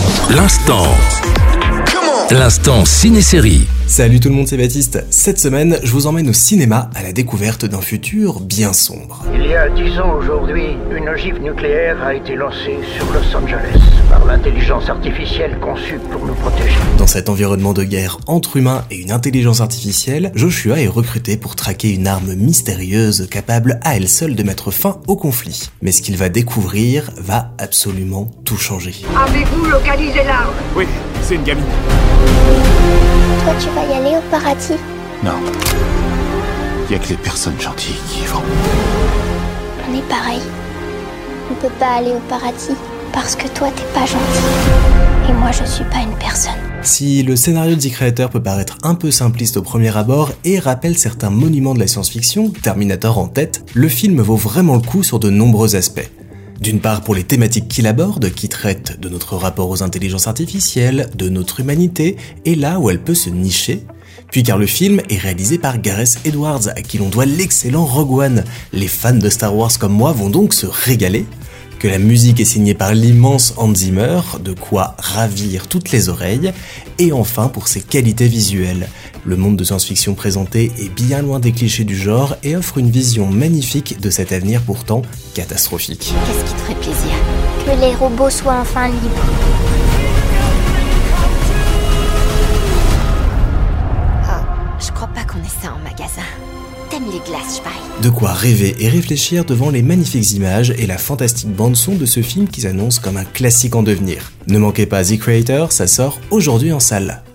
L'instant ciné-série. Salut tout le monde, c'est Baptiste. Cette semaine, je vous emmène au cinéma à la découverte d'un futur bien sombre. Il y a 10 ans aujourd'hui, une ogive nucléaire a été lancée sur Los Angeles par l'intelligence artificielle conçue pour nous protéger. Dans cet environnement de guerre entre humains et une intelligence artificielle, Joshua est recruté pour traquer une arme mystérieuse capable à elle seule de mettre fin au conflit. Mais ce qu'il va découvrir va absolument tout changer. Avez-vous localisé l'arme? Oui, c'est une gamine. Toi, tu vas y aller au paradis? Non. Il y a que les personnes gentilles qui y vont. On est pareil. On peut pas aller au paradis parce que toi, t'es pas gentil. Et moi, je suis pas une personne. Si le scénario de The Creator peut paraître un peu simpliste au premier abord et rappelle certains monuments de la science-fiction, Terminator en tête, le film vaut vraiment le coup sur de nombreux aspects. D'une part pour les thématiques qu'il aborde, qui traitent de notre rapport aux intelligences artificielles, de notre humanité, et là où elle peut se nicher. Puis car le film est réalisé par Gareth Edwards, à qui l'on doit l'excellent Rogue One. Les fans de Star Wars comme moi vont donc se régaler. Que la musique est signée par l'immense Hans Zimmer, de quoi ravir toutes les oreilles. Et enfin pour ses qualités visuelles. Le monde de science-fiction présenté est bien loin des clichés du genre et offre une vision magnifique de cet avenir pourtant catastrophique. Qu'est-ce qui te ferait plaisir? Que les robots soient enfin libres. Je crois pas qu'on ait ça en magasin. T'aimes les glaces, je parie. De quoi rêver et réfléchir devant les magnifiques images et la fantastique bande-son de ce film qui s'annonce comme un classique en devenir. Ne manquez pas The Creator, ça sort aujourd'hui en salle.